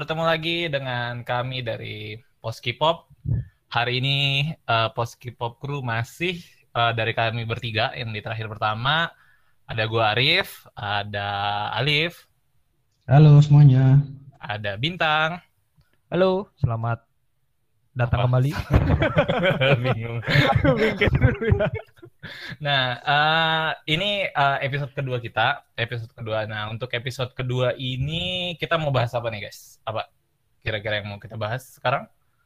bertemu lagi dengan kami dari Poskipop. Hari ini Poskipop Crew masih dari kami bertiga. Yang di terakhir pertama ada gua Arif, ada Alif, Halo semuanya. ada Bintang. Halo, selamat datang Apa? kembali. Bingung. Bingkai dulu ya. Nah, ini episode kedua kita. Episode kedua. Nah, untuk episode kedua ini kita mau bahas apa nih, guys? Apa kira-kira yang mau kita bahas sekarang?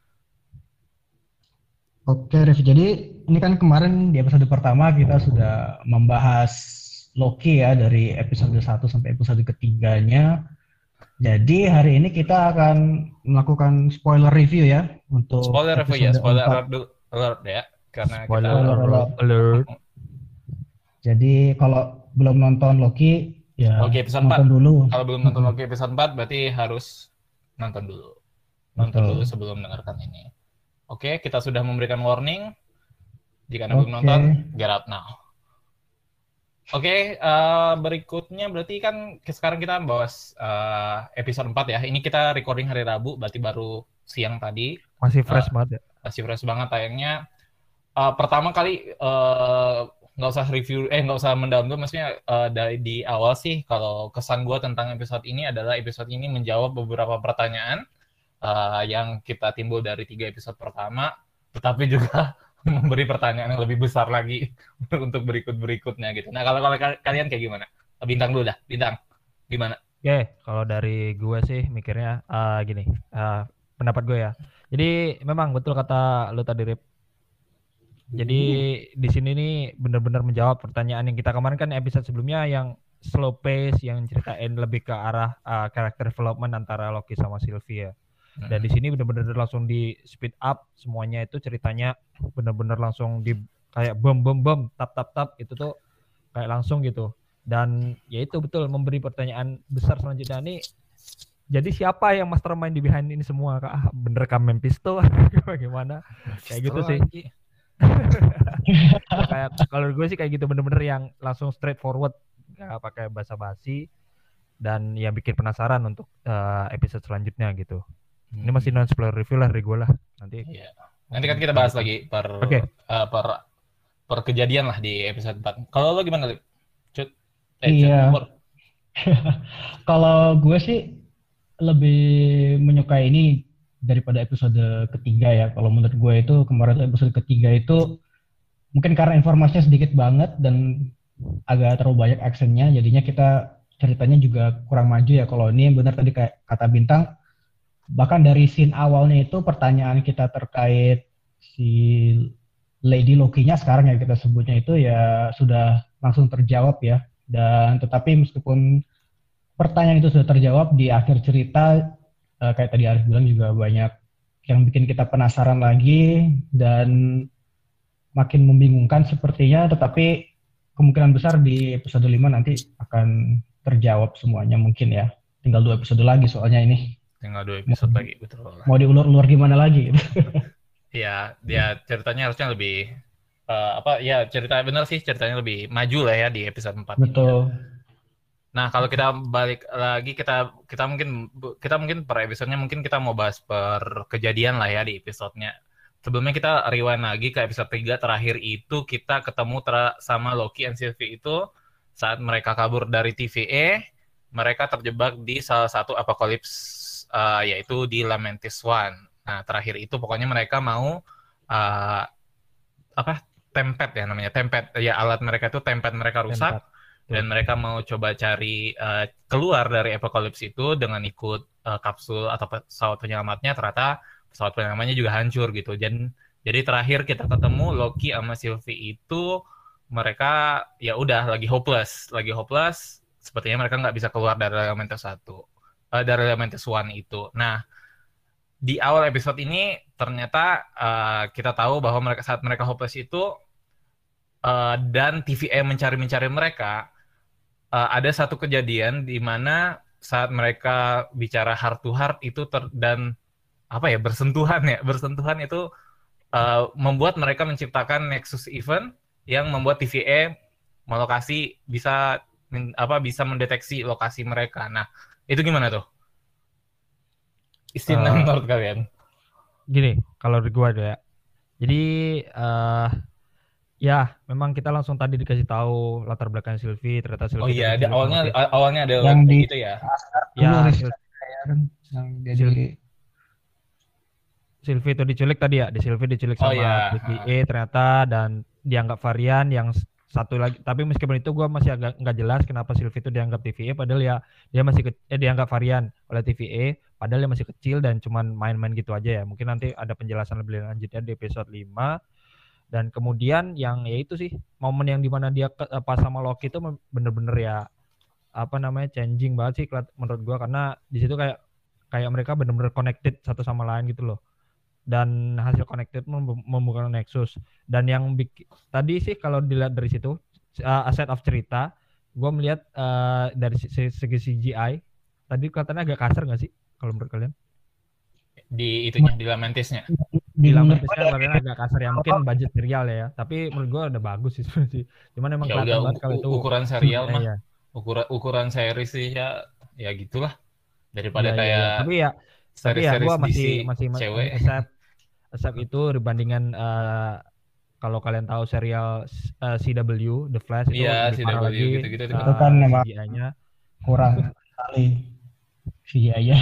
Oke, Rif. Jadi ini kan kemarin di episode pertama kita sudah membahas Loki ya dari episode 1 sampai episode ketiganya. Jadi hari ini kita akan melakukan spoiler review ya untuk Spoiler review ya, episode spoiler 4. alert ya, karena kita Spoiler Spoiler alert. Jadi kalau belum nonton Loki ya Loki episode 4. nonton dulu. Kalau belum nonton Loki episode 4 berarti harus nonton dulu. Nonton dulu Betul. sebelum mendengarkan ini. Oke, kita sudah memberikan warning. Jika Anda belum Oke. nonton, get out now. Oke, berikutnya berarti kan sekarang kita bahas episode 4 ya. Ini kita recording hari Rabu, berarti baru siang tadi. Masih fresh banget ya. Masih fresh banget tayangnya. Pertama kali nggak usah review, nggak usah mendalam dulu. Maksudnya dari di awal sih, kalau kesan gue tentang episode ini adalah episode ini menjawab beberapa pertanyaan yang kita timbul dari 3 episode pertama, tetapi juga memberi pertanyaan yang lebih besar lagi untuk berikut-berikutnya gitu. Nah, kalau kalian kayak gimana? Bintang dulu dah, Bintang. Gimana? Oke, kalau dari gue sih mikirnya gini, pendapat gue ya. Jadi memang betul kata lu tadi, Rip. Jadi di sini nih benar-benar menjawab pertanyaan yang kita kemarin kan episode sebelumnya yang slow pace, yang ceritain lebih ke arah character development antara Loki sama Sylvie ya. Dan di sini benar-benar langsung di speed up semuanya, itu ceritanya benar-benar langsung di kayak bom tap itu tuh kayak langsung gitu. Dan ya itu betul memberi pertanyaan besar selanjutnya nih. Jadi siapa yang mastermind di behind ini semua? Bener kah Mephisto? Bagaimana? Kayak gitu sih. Kayak kalau gue sih kayak gitu, bener-bener yang langsung straightforward, nggak pakai basa-basi, dan yang bikin penasaran untuk episode selanjutnya gitu. Ini masih non spoiler review lah dari gue lah. Nanti kan kita bahas lagi per kejadian lah di episode 4. Kalau lo gimana, Lip? Iya. Kalau gue sih lebih menyukai ini daripada episode ketiga ya. Kalau menurut gue itu kemarin episode ketiga itu mungkin karena informasinya sedikit banget dan agak terlalu banyak actionnya, jadinya kita ceritanya juga kurang maju ya. Kalau ini benar tadi kayak kata Bintang, bahkan dari scene awalnya itu pertanyaan kita terkait si Lady Loki-nya sekarang ya kita sebutnya itu ya sudah langsung terjawab ya. Dan tetapi meskipun pertanyaan itu sudah terjawab di akhir cerita, kayak tadi Arif bilang juga banyak yang bikin kita penasaran lagi dan makin membingungkan sepertinya, tetapi kemungkinan besar di episode 5 nanti akan terjawab semuanya mungkin ya. Tinggal 2 episode lagi soalnya ini. Tinggal 2 episode lagi, betul. Mau diulur-ulur gimana lagi? Ya, ceritanya harusnya lebih cerita benar sih, ceritanya lebih maju lah ya di episode 4 Betul. ini. Nah, kalau kita balik lagi, kita mungkin per episodenya mungkin kita mau bahas per kejadian lah ya di episodenya. Sebelumnya kita rewind lagi ke episode 3 terakhir itu kita ketemu sama Loki and Sylvie itu saat mereka kabur dari TVA, mereka terjebak di salah satu apokalips yaitu di Lamentis One. Nah, terakhir itu pokoknya mereka mau tempet ya namanya, tempet ya, alat mereka itu tempet mereka rusak. Dan mereka mau coba cari keluar dari apokalips itu dengan ikut kapsul atau pesawat penyelamatnya. Ternyata pesawat penyelamatnya juga hancur gitu. Jadi terakhir kita ketemu Loki sama Sylvie itu mereka ya udah lagi hopeless. Sepertinya mereka nggak bisa keluar dari Elementus 1, dari Elementus One itu. Nah, di awal episode ini ternyata kita tahu bahwa saat mereka hopeless itu dan TVA mencari mereka, ada satu kejadian di mana saat mereka bicara heart to heart itu bersentuhan itu membuat mereka menciptakan Nexus Event yang membuat TVA bisa mendeteksi lokasi mereka. Nah, itu gimana tuh? Istilah menurut kalian? Gini, kalau dari gua ya. Jadi ya memang kita langsung tadi dikasih tahu latar belakang Sylvie, ternyata Oh Sylvie itu iya, diculik sama awalnya ada Yang di gitu ya. ya yang dia di Sylvie itu diculik tadi ya, Sylvie diculik Oh sama iya, TVA ternyata dan dianggap varian yang satu lagi. Tapi meskipun itu gue masih agak nggak jelas kenapa Sylvie itu dianggap TVA, padahal ya dia masih dianggap varian oleh TVA, padahal dia masih kecil dan cuman main-main gitu aja ya. Mungkin nanti ada penjelasan lebih lanjutnya di episode 5. Dan kemudian yang ya itu sih momen yang dimana dia pas sama Loki itu bener-bener ya apa namanya changing banget sih menurut gue, karena di situ kayak mereka bener-bener connected satu sama lain gitu loh. Dan hasil connected membuka Nexus. Dan yang tadi sih kalau dilihat dari situ aset of cerita, gue melihat dari segi CGI tadi kelihatannya agak kasar nggak sih kalau menurut kalian? Di itunya, di Lamentisnya. Di Lamentisnya kelihatannya agak kasar ya, mungkin budget serial ya, tapi menurut gue udah bagus sih sebenarnya. Cuman emang Ya kelihatan udah banget kalau itu ukuran serial mah, ya. ukuran series sih ya gitulah. Daripada Ya. kayak Tapi ya gue series masih cewek. accept itu dibandingkan kalau kalian tahu serial CW The Flash itu lebih parah CW lagi gitu-gitu itu kan memang CGI-nya kurang sekali CGI-nya.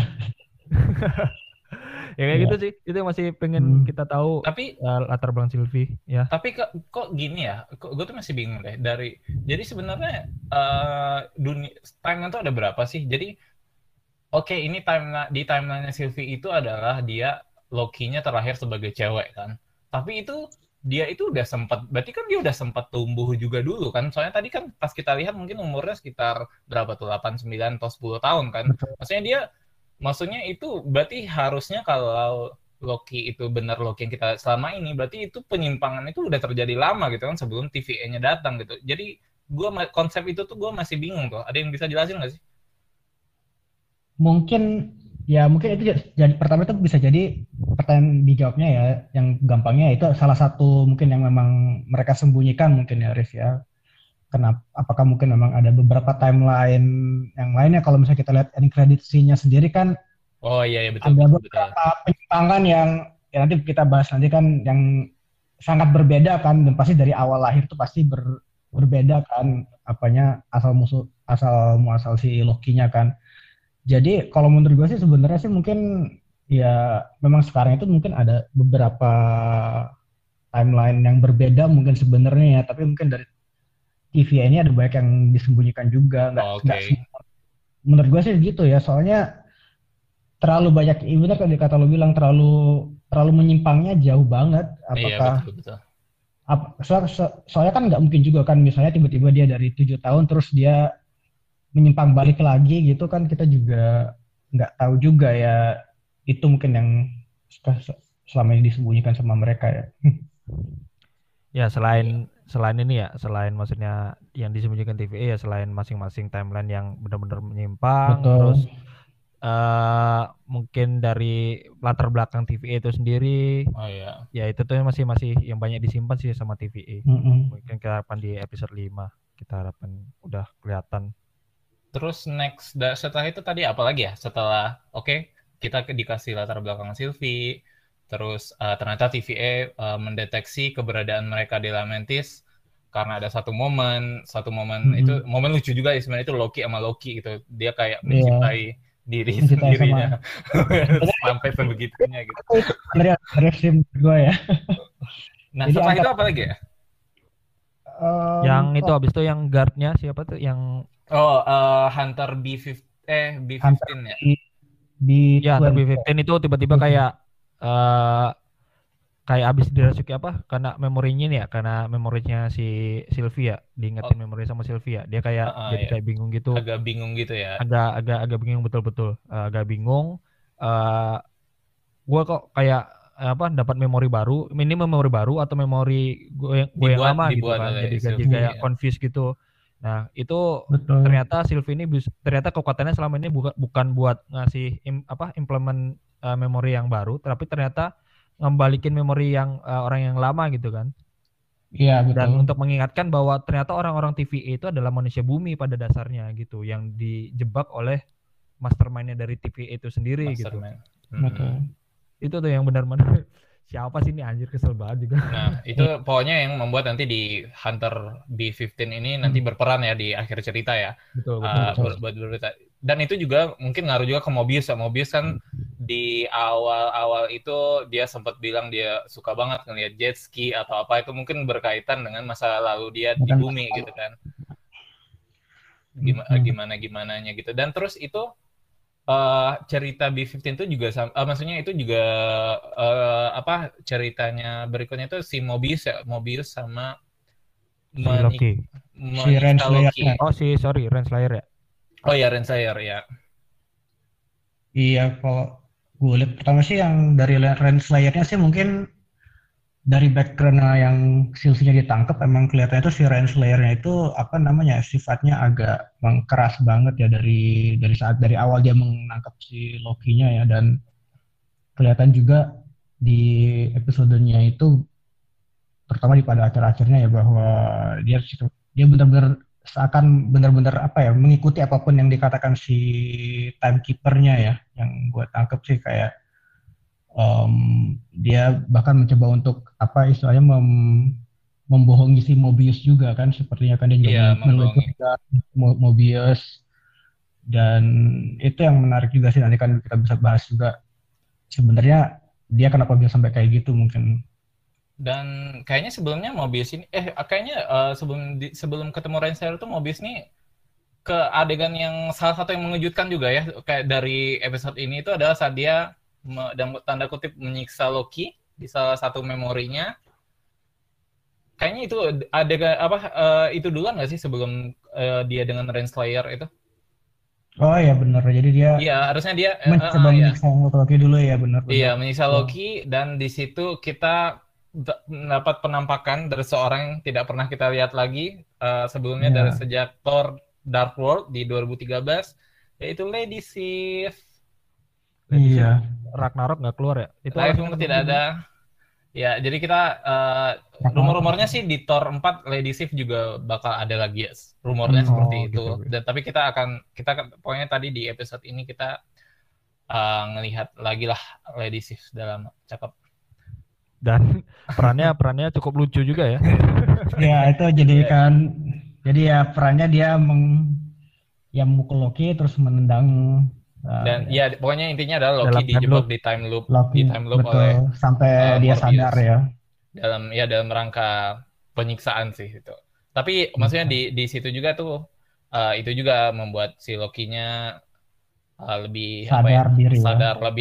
ya kayak gitu sih, itu yang masih pengen kita tahu. Tapi latar belakang Sylvie ya. Tapi kok gini ya, gue tuh masih bingung deh jadi sebenarnya dunia timeline tuh ada berapa sih? Jadi oke, ini di timeline-nya Sylvie itu adalah dia Loki-nya terakhir sebagai cewek kan. Tapi dia itu udah berarti kan dia udah sempat tumbuh juga dulu kan. Soalnya tadi kan pas kita lihat mungkin umurnya sekitar berapa tuh, 8, 9 atau 10 tahun kan. Maksudnya itu berarti harusnya kalau Loki itu benar Loki yang kita selama ini, berarti itu penyimpangan itu udah terjadi lama gitu kan sebelum TVA-nya datang gitu. Jadi konsep itu tuh gue masih bingung tuh. Ada yang bisa jelasin nggak sih? Mungkin itu jadi pertama itu bisa jadi pertanyaan dijawabnya ya, yang gampangnya itu salah satu mungkin yang memang mereka sembunyikan mungkin ya Rif ya. Kenapa? Apakah mungkin memang ada beberapa timeline yang lainnya? Kalau misalnya kita lihat end credit scene-nya sendiri kan, oh iya betul, ada beberapa penyimpangan yang ya nanti kita bahas nanti kan, yang sangat berbeda kan, dan pasti dari awal lahir tuh pasti berbeda kan, asal muasal si Loki-nya kan. Jadi kalau menurut gue sih sebenarnya sih mungkin ya memang sekarang itu mungkin ada beberapa timeline yang berbeda mungkin sebenarnya ya, tapi mungkin dari TVA ini ada banyak yang disembunyikan juga, nggak semua. Menurut gue sih gitu ya, soalnya terlalu banyak, benar kan kata lo bilang terlalu menyimpangnya jauh banget. Apakah betul. Soalnya kan nggak mungkin juga kan, misalnya tiba-tiba dia dari 7 tahun terus dia menyimpang balik lagi gitu kan, kita juga nggak tahu juga ya, itu mungkin yang selama ini disembunyikan sama mereka ya. Ya selain ini ya, selain maksudnya yang disembunyikan TVA ya, selain masing-masing timeline yang benar-benar menyimpang. Betul. Terus mungkin dari latar belakang TVA itu sendiri, ya itu tuh masih yang banyak disimpan sih sama TVA. Mungkin kita harapkan di episode 5 kita harapkan udah kelihatan. Terus next setelah itu tadi apa lagi ya? Setelah kita dikasih latar belakang Sylvie, terus ternyata TVA mendeteksi keberadaan mereka di Lamentis karena ada satu momen itu momen lucu juga ya sebenarnya, itu Loki sama Loki gitu. Dia kayak mencintai diri sendirinya sampai sebegitunya gitu. Dari sim gue ya. Nah, setelah itu apa lagi ya? Yang itu habis itu yang guardnya siapa tuh yang Hunter B15 ya. Hunter B15 itu tiba-tiba kayak abis dirasuki karena memorinya nih ya, karena memorinya si Sylvia, diingetin memori sama Sylvia, dia kayak jadi kayak bingung gitu. Agak bingung gitu ya. Agak bingung betul-betul. Agak bingung. Gue kok kayak dapat memori baru, ini memori baru atau memori gue yang lama gitu kan. Jadi kayak confused gitu. Nah, itu ternyata Sylvie ini ternyata kekuatannya selama ini bukan buat ngasih implement memori yang baru, tapi ternyata ngembalikin memori yang orang yang lama gitu kan. Iya, betul. Dan untuk mengingatkan bahwa ternyata orang-orang TVA itu adalah manusia bumi pada dasarnya gitu, yang dijebak oleh mastermind-nya dari TVA itu sendiri gitu. Betul. Itu tuh yang benar-benar siapa sih ini anjir, kesel banget juga. Nah, itu pokoknya yang membuat nanti di Hunter B15 ini nanti berperan ya di akhir cerita ya. Betul. Dan itu juga mungkin ngaruh juga ke Mobius ya. Mobius kan di awal-awal itu dia sempat bilang dia suka banget ngeliat jet ski atau apa, itu mungkin berkaitan dengan masa lalu dia di bumi gitu kan. Gimana-gimananya gitu. Dan terus itu cerita B15 itu juga maksudnya itu juga ceritanya berikutnya itu si Mobius sama Si Loki. Si Renslayer. Renslayer ya. Oh ya, Renslayer ya. Iya, kalau gue lihat pertama sih yang dari Renslayernya sih mungkin dari background yang Sylvie-nya ditangkap, emang kelihatannya itu si Renslayernya itu apa namanya, sifatnya agak keras banget ya dari awal dia menangkap si Loki-nya ya, dan kelihatan juga di episodenya itu terutama di pada akhir-akhirnya ya bahwa dia benar-benar seakan benar-benar apa ya, mengikuti apapun yang dikatakan si timekeeper-nya ya, yang gue tangkap sih kayak dia bahkan mencoba untuk apa istilahnya membohongi si Mobius juga kan, sepertinya kan dia juga membohongi Mobius, dan itu yang menarik juga sih, nanti kan kita bisa bahas juga sebenarnya dia kenapa bisa sampai kayak gitu mungkin. Dan kayaknya sebelumnya Mobius ini sebelum ketemu Renslayer itu Mobius nih ke adegan yang salah satu yang mengejutkan juga ya, kayak dari episode ini itu adalah saat dia dan tanda kutip menyiksa Loki di salah satu memorinya. Kayaknya itu adegan itu duluan nggak sih sebelum dia dengan Renslayer itu? Oh ya benar, jadi dia harusnya dia mencoba menyiksa Loki dulu ya, benar. Iya, menyiksa Loki, dan di situ kita dapat penampakan dari seorang yang tidak pernah kita lihat lagi sebelumnya dari sejak Thor Dark World di 2013, yaitu Lady Sif. Iya. Ragnarok nggak keluar ya? Itu langsung tidak ada. Ya, jadi kita rumor-rumornya sih di Thor 4 Lady Sif juga bakal ada lagi ya. Rumornya seperti itu. Gitu. Dan tapi kita pokoknya tadi di episode ini kita ngelihat lagi lah Lady Sif dalam cakep. Dan perannya cukup lucu juga ya. Ya itu jadi ya perannya dia memukul Loki terus menendang. Dan ya pokoknya intinya adalah Loki dijebak di time loop betul, oleh sampai dia sadar ya. Dalam rangka penyiksaan sih itu. Tapi maksudnya di situ juga tuh itu juga membuat si Loki-nya lebih sadar, lebih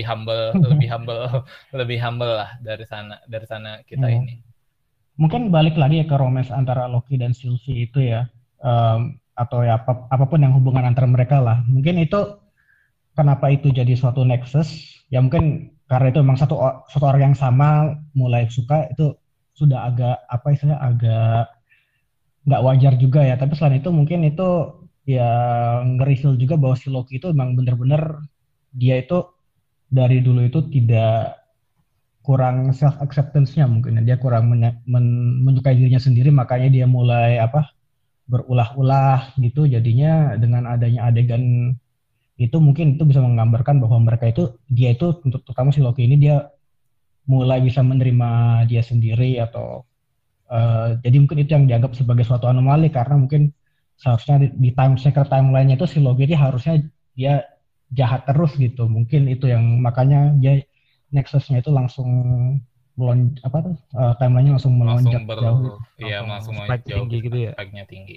humble lah dari sana kita ini. Mungkin balik lagi ya ke romance antara Loki dan Sylvie itu ya, atau ya apapun yang hubungan antara mereka lah. Mungkin itu kenapa itu jadi suatu nexus ya, mungkin karena itu memang satu orang yang sama mulai suka, itu sudah agak apa istilahnya, agak nggak wajar juga ya. Tapi selain itu mungkin itu ya nge-reveal juga bahwa si Loki itu memang benar-benar dia itu dari dulu itu tidak kurang self acceptance-nya, mungkin dia kurang menyukai dirinya sendiri, makanya dia mulai berulah-ulah gitu. Jadinya dengan adanya adegan itu mungkin itu bisa menggambarkan bahwa dia itu terutama si Loki ini dia mulai bisa menerima dia sendiri, atau jadi mungkin itu yang dianggap sebagai suatu anomali, karena mungkin seharusnya di secret timeline-nya itu si Loki ini harusnya dia jahat terus gitu. Mungkin itu yang makanya dia nexus-nya itu langsung timeline-nya langsung melonjak jauh. Iya, langsung spike tinggi gitu ya. Spike-nya tinggi.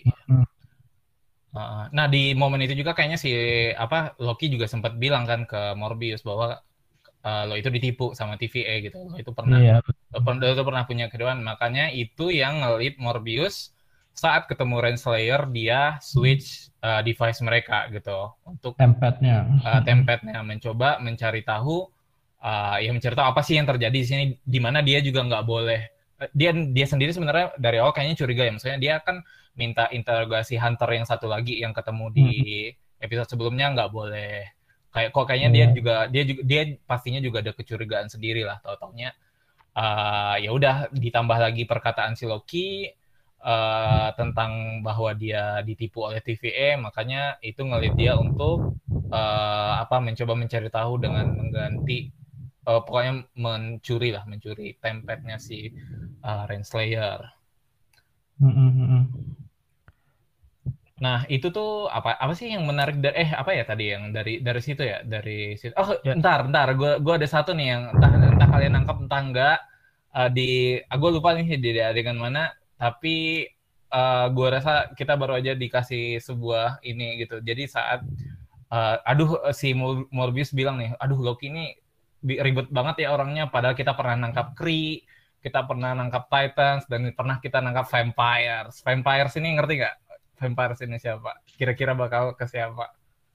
Nah di momen itu juga kayaknya Loki juga sempat bilang kan ke Morbius bahwa lo itu ditipu sama TVA gitu. Lo itu pernah punya kedua, makanya itu yang ngelit Morbius saat ketemu Renslayer dia switch device mereka gitu untuk tempatnya mencoba mencari tahu apa sih yang terjadi di sini, di mana dia juga nggak boleh, dia sendiri sebenarnya dari awal kayaknya curiga ya, maksudnya dia kan minta interogasi Hunter yang satu lagi yang ketemu di episode sebelumnya, nggak boleh kayaknya dia pastinya juga ada kecurigaan sendiri lah. Taunya ya udah ditambah lagi perkataan si Loki tentang bahwa dia ditipu oleh TVA, makanya itu ngelit dia untuk mencoba mencari tahu dengan mengganti pokoknya mencuri tempadnya si Renslayer. Nah, itu tuh apa sih yang menarik dari apa ya tadi yang dari situ ya, dari situ. Oh, Ya. bentar, gue ada satu nih yang entah kalian nangkap entah enggak, gue lupa nih di adegan mana, tapi gue rasa kita baru aja dikasih sebuah ini gitu. Jadi saat si Morbius bilang nih, aduh Loki ini ribet banget ya orangnya, padahal kita pernah nangkap Kree, kita pernah nangkap Titans, dan pernah kita nangkap Vampires. Vampires ini ngerti nggak? Vampires ini siapa? Kira-kira bakal ke siapa?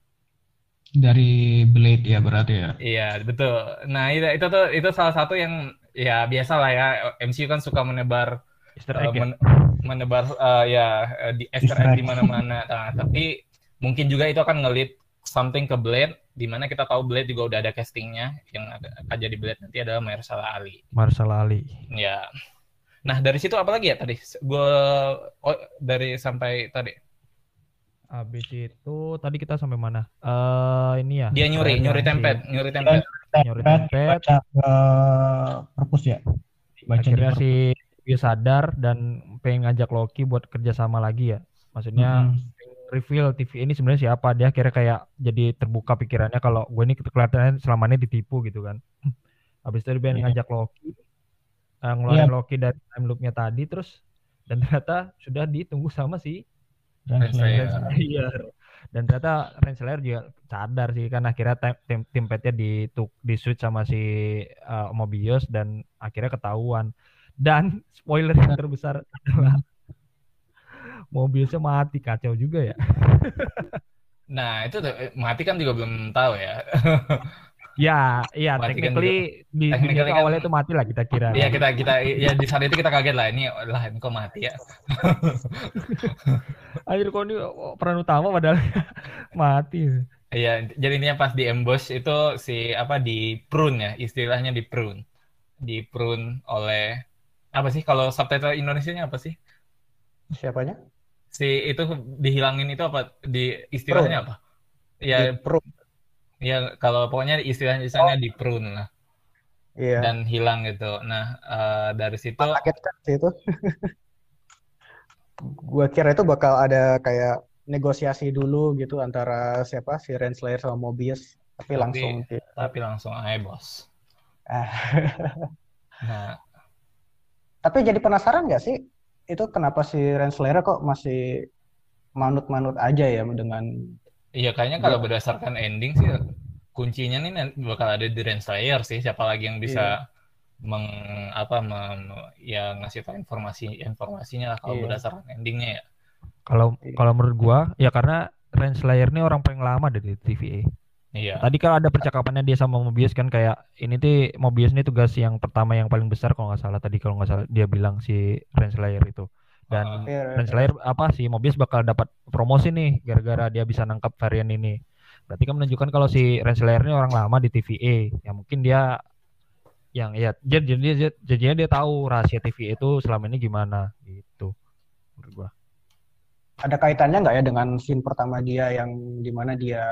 Dari Blade ya berarti ya. Iya, betul. Nah, itu salah satu yang ya biasa lah ya, MCU kan suka menebar Easter egg menebar di Easter egg di mana-mana. Nah, tapi mungkin juga itu akan ngelit something ke Blade, di mana kita tahu Blade juga udah ada castingnya, yang akan jadi Blade nanti adalah Mahershala Ali. Ya. Nah, dari situ apa lagi ya tadi? Dari sampai tadi. Habis itu tadi kita sampai mana? Ini ya. Dia nyuri tempat. Baca perpus ya. Akhirnya si dia sadar dan pengen ngajak Loki buat kerja sama lagi ya. Maksudnya reveal TV ini sebenarnya siapa. Dia akhirnya kayak jadi terbuka pikirannya kalau gue ini kelihatannya selama ini ditipu gitu kan. Habis itu dia pengen ngajak Loki, ngeluarin Loki dari time loop-nya tadi, terus dan ternyata sudah ditunggu sama si Renslayer. Dan ternyata Renslayer juga sadar sih, kan akhirnya tim petnya di switch sama si Mobius dan akhirnya ketahuan. Dan spoiler yang terbesar adalah Mobiusnya mati, kacau juga ya. Nah, itu mati kan juga belum tahu ya. Ya, technically di awalnya itu mati lah kita kira. Iya, kita ya di saat itu kita kaget lah, ini kok mati ya. Anjir, kok ini peran utama padahal mati. Iya, jadi intinya pas di ambush itu di prune ya, istilahnya di prune oleh apa sih kalau subtitle Indonesianya apa sih? Siapanya? Si itu dihilangin itu apa? Istilahnya apa? Ya, prune. Ya, kalau pokoknya istilahnya di prune lah. Iya. Dan hilang gitu. Nah, dari situ kaget kan sih itu. Gua kira itu bakal ada kayak negosiasi dulu gitu antara si Renslayer sama Mobius, tapi langsung aja, bos. Nah, tapi jadi penasaran nggak sih itu kenapa si Renslayer kok masih manut-manut aja ya dengan. Iya, kayaknya kalau berdasarkan ending sih kuncinya nih bakal ada di Renslayer sih. Siapa lagi yang bisa ngasih tahu informasinya kalau berdasarkan endingnya ya. Kalau menurut gua ya karena Renslayer ini orang paling lama dari TVA. Iya. Tadi kan ada percakapannya dia sama Mobius kan, kayak ini tuh Mobius ini tugas yang pertama yang paling besar kalau nggak salah dia bilang si Renslayer itu. Dan Renslayer si Mobius bakal dapat promosi nih gara-gara dia bisa nangkap varian ini. Berarti kan menunjukkan kalau si Renslayer ini orang lama di TVA. Ya mungkin dia yang jadinya dia tahu rahasia TVA itu selama ini gimana gitu menurut gua. Ada kaitannya nggak ya dengan scene pertama dia yang dimana dia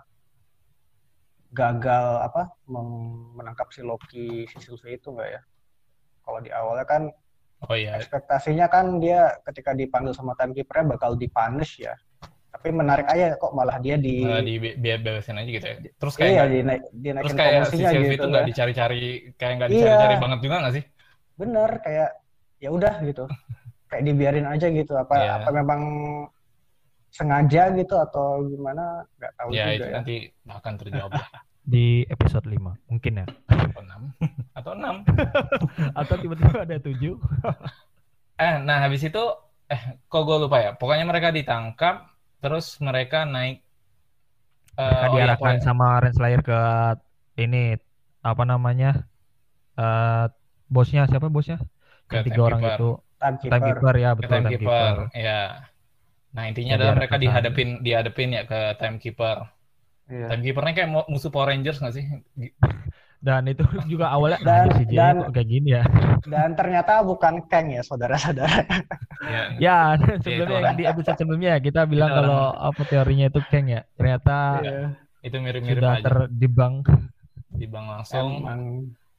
gagal menangkap si Loki si Sylvie itu nggak ya? Kalau di awalnya kan ekspektasinya kan dia ketika dipanggil sama timekeeper-nya bakal dipunish ya. Tapi menarik aja kok malah dia dibebasin aja gitu ya. Terus kayak dinaikin kayak si Sylvie gitu, itu nggak dicari-cari, kayak nggak dicari-cari banget juga nggak sih? Bener, kayak ya udah gitu. Kayak dibiarin aja gitu. Apa memang sengaja gitu atau gimana, nggak tahu juga itu ya. nanti akan terjawab di episode 5 mungkin ya, atau 6 atau tiba-tiba ada 7. Nah habis itu kok gue lupa ya, pokoknya mereka ditangkap terus mereka naik diarahkan sama Renslayer ke ini bosnya siapa ke 3 orang itu timekeeper ya, betul, timekeeper ya. Nah intinya adalah mereka dihadapin ya ke timekeeper. Timekeepernya kayak musuh Power Rangers nggak sih? Dan itu juga awalnya kok kayak gini ya. Dan ternyata bukan Kang ya, saudara-saudara. Ya, sebelumnya di episode sebelumnya kita bilang kalau teorinya itu Kang ya. Ternyata itu mirip-mirip sudah aja. terdibang langsung.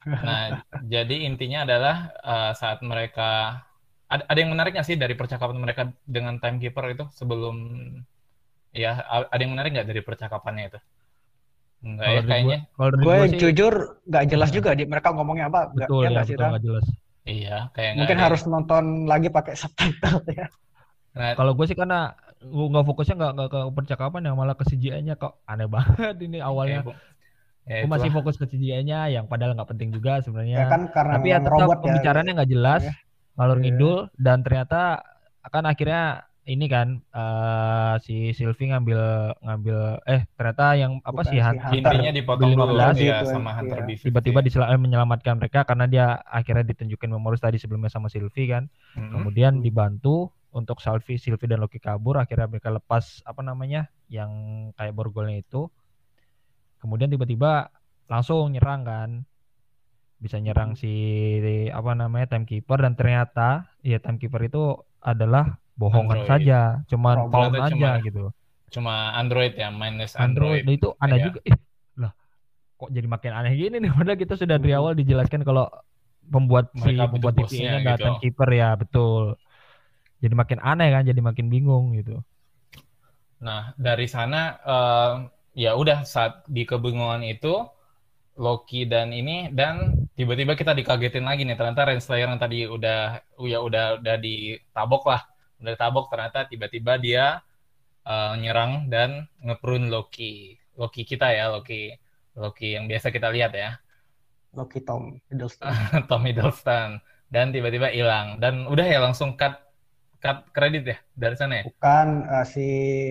Nah, jadi intinya adalah saat mereka ada yang menarik nggak sih dari percakapan mereka dengan timekeeper itu sebelum ya ada yang menarik nggak dari percakapannya itu? Enggak ya kayaknya. Kalau dari Gue gue sih jujur nggak jelas juga mereka ngomongnya apa. betul ya, Nggak sih, betul Ran? nggak jelas. Iya, kayak nggak Mungkin ada. harus nonton lagi pakai subtitle ya. Nah, Kalau gue sih karena gue nggak fokusnya nggak ke percakapan yang malah ke CGI-nya kok aneh banget ini awalnya. Gue masih fokus ke CGI-nya yang padahal nggak penting juga sebenarnya. Ya kan karena Tapi ya memang tetap robot ya. pembicaraannya nggak jelas, Ya. ngalur ngidul dan ternyata akan akhirnya ini kan si Sylvie ngambil ternyata yang apa Bukan sih si Hunter. intinya dipotong Bill dulu 15 ya gitu, sama iya. Hunter B50. tiba-tiba menyelamatkan mereka karena dia akhirnya ditunjukin memoris tadi sebelumnya sama Sylvie kan. Kemudian dibantu untuk Sylvie dan Loki kabur, akhirnya mereka lepas apa namanya yang kayak borgolnya itu. Kemudian tiba-tiba langsung nyerang kan. Bisa nyerang si apa namanya timekeeper dan ternyata ya timekeeper itu adalah bohongan Android. saja, cuman pawn aja gitu. Cuma Android ya, minus Android. Nah, itu aneh juga. Lah, kok jadi makin aneh gini nih? Padahal kita sudah dari awal dijelaskan kalau pembuat TV ini ada gitu. timekeeper ya, betul. Jadi makin aneh kan, jadi makin bingung gitu. Nah, dari sana ya udah saat di kebingungan itu Loki dan tiba-tiba kita dikagetin lagi nih, ternyata Renslayer yang tadi udah ditabok ternyata tiba-tiba dia nyerang dan ngeprun Loki kita ya, Loki yang biasa kita lihat ya, Loki Tom Hiddleston dan tiba-tiba hilang dan udah ya langsung cut kredit ya dari sana ya. Bukan si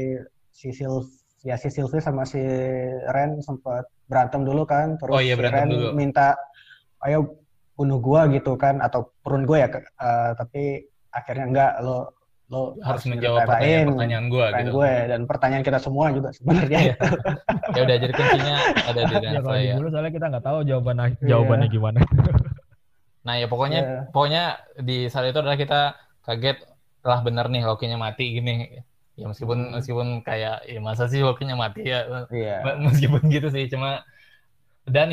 Sylvie sama si Ren sempat berantem dulu kan, terus si Ren minta ayo bunuh gua gitu kan atau prun gue ya, tapi akhirnya enggak, lo harus menjawab pertanyaan gue gitu. Gue dan pertanyaan kita semua juga sebenarnya. Ya udah, jadi kuncinya ada di Renslayer. Dulu soalnya kita nggak tahu jawabannya gimana. Nah ya pokoknya di saat itu adalah kita kaget lah, bener nih Loki-nya mati gini. Ya meskipun kayak ya masa sih Loki-nya mati ya. Meskipun gitu sih, cuma dan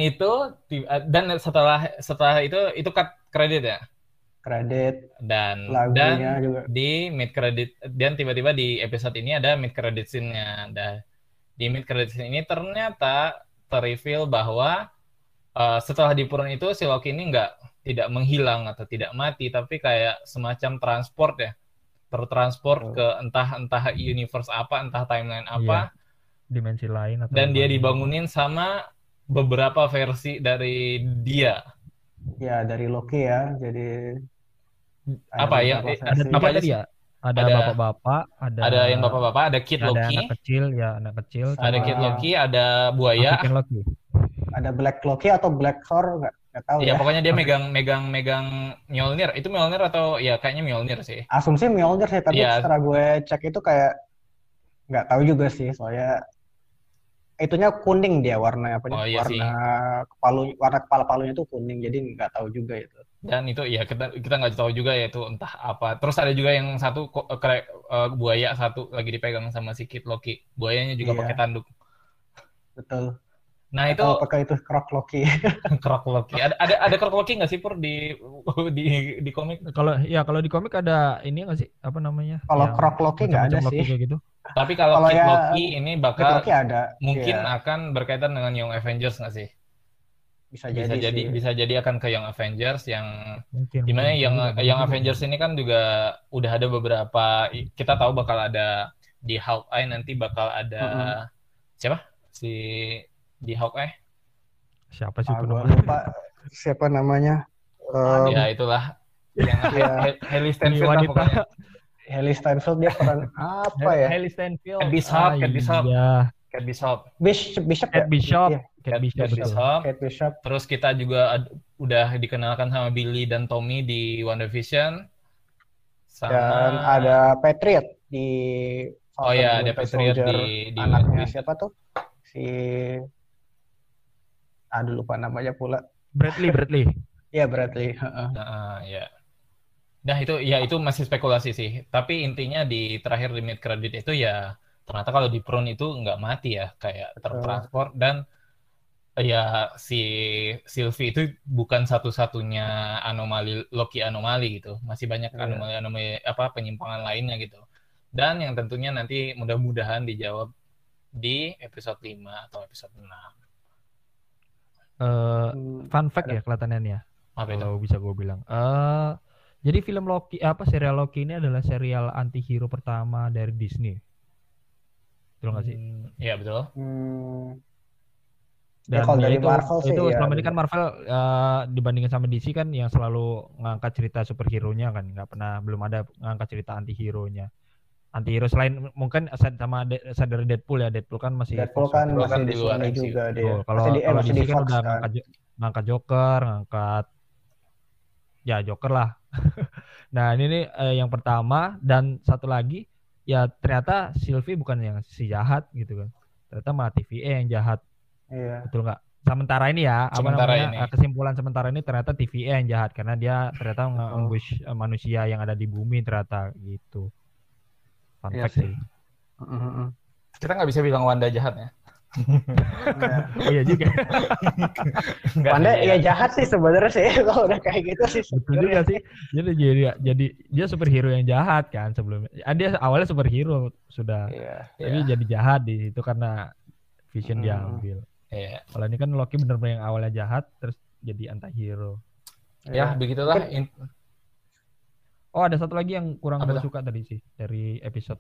setelah itu cut kredit ya. Kredit dan juga. Di mid credit dan tiba-tiba di episode ini ada mid credit scene-nya. Di mid credit scene ini ternyata terreveal bahwa setelah dipurun itu si Loki ini tidak menghilang atau tidak mati, tapi kayak semacam transport ya, tertransport ke entah universe apa, entah timeline apa, dimensi lain atau dan dia dibangunin sama beberapa versi dari dia. Ya dari Loki ya, jadi apa ya? Ada apa tadi ya? Ada bapak-bapak, ada yang bapak-bapak, ada Kid Loki, anak kecil, ada Kid Loki, ada buaya, Loki. Ada Black Loki atau Black Thor, nggak tahu ya. Ya pokoknya dia megang Mjolnir. Itu Mjolnir atau ya kayaknya Mjolnir sih. Asumsi Mjolnir sih, tapi setelah gue cek itu kayak nggak tahu juga sih, soalnya itunya kuning dia warna warna kepala palunya itu kuning, jadi nggak tahu juga itu. Dan itu ya kita nggak tahu juga ya itu entah apa. Terus ada juga yang satu buaya satu lagi dipegang sama si Kid Loki. Buayanya juga pakai tanduk. Betul. Nah itu apakah itu Croc Loki? Croc Loki. Ada Croc Loki nggak sih Pur di komik? Kalau di komik ada ini nggak sih, apa namanya? Kalau Croc Loki nggak ada sih. Kayak gitu. Tapi kalau Kid Loki ini bakal ada. Mungkin akan berkaitan dengan Young Avengers nggak sih? Bisa jadi akan ke Young Avengers yang dimana Young Avengers ini kan juga udah ada beberapa, kita tahu bakal ada di Hawkeye, nanti bakal ada siapa si di Hawkeye? Siapa sih? Lupa siapa namanya. Ya itulah yang Hailey Steinfeld pokoknya. Hailey Steinfeld dia peran apa ya? Hailey Steinfeld. Kate Bishop. Terus kita juga udah dikenalkan sama Billy dan Tommy di WandaVision. Dan ada Patriot di ada Patriot di anaknya siapa tuh? Lupa namanya pula. Bradley. Iya, Bradley. Ya. Nah itu masih spekulasi sih. Tapi intinya di terakhir di mid credit itu ya ternyata kalau di prune itu nggak mati ya, kayak tertransport. Dan ya si Sylvie itu bukan satu-satunya Loki anomali gitu. Masih banyak anomali penyimpangan lainnya gitu. Dan yang tentunya nanti mudah-mudahan dijawab di episode 5 atau episode 6. Fun fact ya kelihatannya nih ya. Kalau bisa gue bilang. Jadi film Loki serial Loki ini adalah serial anti-hero pertama dari Disney. Betul nggak sih? Iya betul. Dan ya dari Marvel sih, itu selama ini kan Marvel dibandingin sama DC kan yang selalu ngangkat cerita superhero-nya kan, belum ada ngangkat cerita anti-hero-nya. Anti-hero selain mungkin sama dari Deadpool ya, Deadpool kan masih di luar juga dia. Kalau DC kan udah ngangkat Joker, ngangkat ya Joker lah. Nah ini nih yang pertama, dan satu lagi ya ternyata Sylvie bukan yang si jahat gitu kan, ternyata malah TVA yang jahat. Iya. Betul nggak? Sementara ini ya, kesimpulan sementara ini ternyata TVA yang jahat karena dia ternyata nge-ambush manusia yang ada di bumi ternyata gitu. Fun fact sih. Kita nggak bisa bilang Wanda jahat ya. Iya juga. Wanda ya jahat sih sebenarnya sih kalau udah kayak gitu sih. Betul juga sih. Jadi dia superhero yang jahat kan sebelumnya. Dia awalnya superhero sudah, tapi jadi jahat di situ karena Vision diambil. Iya. Kalau ini kan Loki benar-benar yang awalnya jahat terus jadi anti-hero. Ya, begitulah. Oh, ada satu lagi yang kurang gue suka tadi sih dari episode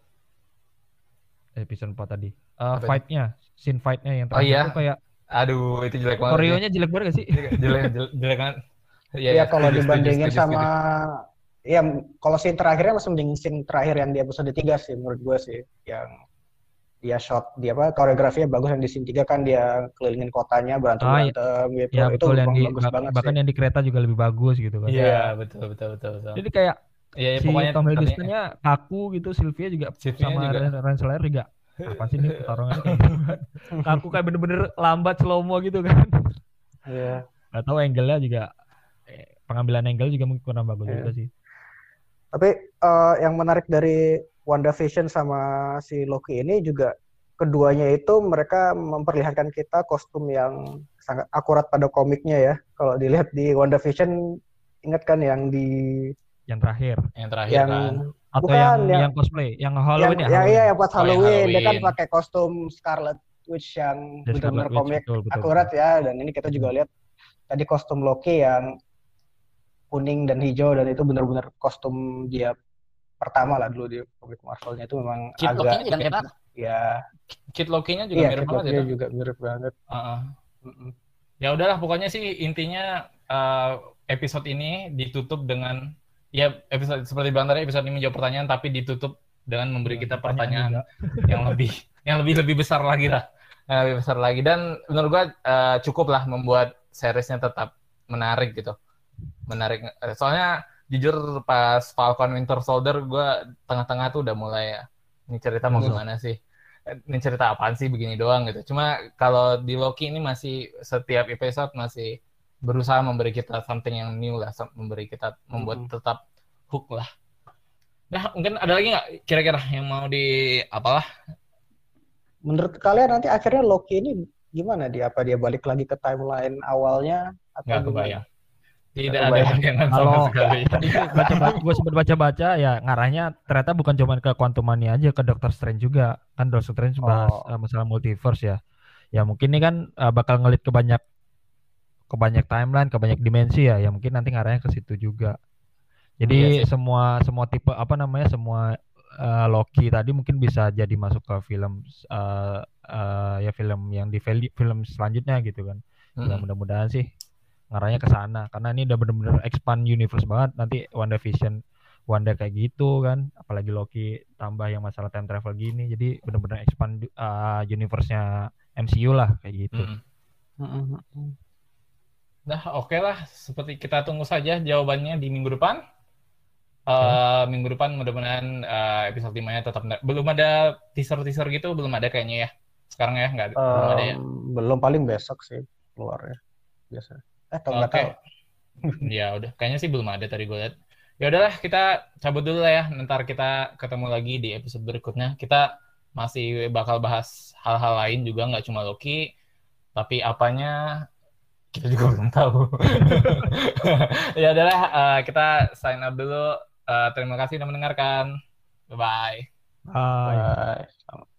4 tadi. Scene fight-nya yang terakhir tuh kayak aduh, itu jelek banget. Koreonya jelek banget gak sih? Jelek banget. Iya, kalau dibandingin sama ya kalau scene terakhirnya masih mending scene terakhir yang di episode 3 sih menurut gue sih, yang dia koreografinya bagus. Yang di scene 3 kan dia kelilingin kotanya berantem gitu. Ya, itu bagus banget bahkan sih. yang di kereta juga lebih bagus gitu kan. Iya, betul. Jadi kayak si Tom Hiddleston-nya kaku gitu, Sylvia juga Renslayer juga. Apa sih ini pertarungannya kayak gitu kan. Kaku kayak bener-bener lambat slow-mo gitu kan. Iya. Gak tahu angle-nya juga pengambilan angle juga mungkin kurang bagus juga sih. Tapi yang menarik dari WandaVision sama si Loki ini juga keduanya itu mereka memperlihatkan kita kostum yang sangat akurat pada komiknya ya. Kalau dilihat di WandaVision, ingat kan yang terakhir kan? Atau yang cosplay, yang Halloween yang pas Halloween. Dia kan pakai kostum Scarlet Witch yang benar-benar komik akurat ya. Dan ini kita juga lihat tadi kostum Loki yang kuning dan hijau, dan itu benar-benar kostum dia pertama lah dulu di komik Marvelnya. Itu memang Kit Loki-nya juga mirip banget. Ya. Kit Loki-nya juga mirip banget itu. Juga mirip banget. Ya udahlah, pokoknya sih intinya episode ini ditutup dengan episode seperti bilang tadi, episode ini menjawab pertanyaan tapi ditutup dengan memberi kita pertanyaan yang lebih besar lagi lah. Lebih besar lagi, dan menurut gua cukup lah membuat seriesnya tetap menarik gitu. Menarik. Soalnya jujur pas Falcon Winter Soldier gue tengah-tengah tuh udah mulai ini cerita mau gimana sih, ini cerita apaan sih begini doang gitu. Cuma kalau di Loki ini masih setiap episode masih berusaha memberi kita something yang new lah, membuat tetap hook lah. Nah, mungkin ada lagi nggak kira-kira yang mau apalah? Menurut kalian nanti akhirnya Loki ini gimana dia balik lagi ke timeline awalnya atau nggak kebayang? Tidak ada bayangan sama sekali. Gue sempat baca-baca ya, ngarahnya ternyata bukan cuma ke Quantum Mania aja, ke Doctor Strange juga. Kan Doctor Strange bahas masalah multiverse ya. Ya mungkin ini kan bakal ngelit ke banyak timeline, ke banyak dimensi ya. Ya mungkin nanti ngarahnya ke situ juga. Jadi semua tipe semua Loki tadi mungkin bisa jadi masuk ke film film yang di film selanjutnya gitu kan. Mudah-mudahan sih ngarahnya ke sana, karena ini udah bener-bener expand universe banget. Nanti WandaVision Wanda kayak gitu kan, apalagi Loki tambah yang masalah time travel gini, jadi bener-bener expand universe-nya MCU lah kayak gitu. Nah, oke lah, seperti kita tunggu saja jawabannya di minggu depan. Minggu depan mudah-mudahan episode 5-nya tetap belum ada teaser gitu, belum ada kayaknya ya. Sekarang ya belum ada ya. Belum, paling besok sih keluar ya biasa. Oke. Ya udah, kayaknya sih belum ada tadi gue lihat. Ya udahlah, kita cabut dulu lah ya. Ntar kita ketemu lagi di episode berikutnya. Kita masih bakal bahas hal-hal lain juga, nggak cuma Loki. Tapi apanya kita juga belum tahu. Ya adalah kita sign up dulu. Terima kasih sudah mendengarkan. Bye bye. Bye. Bye.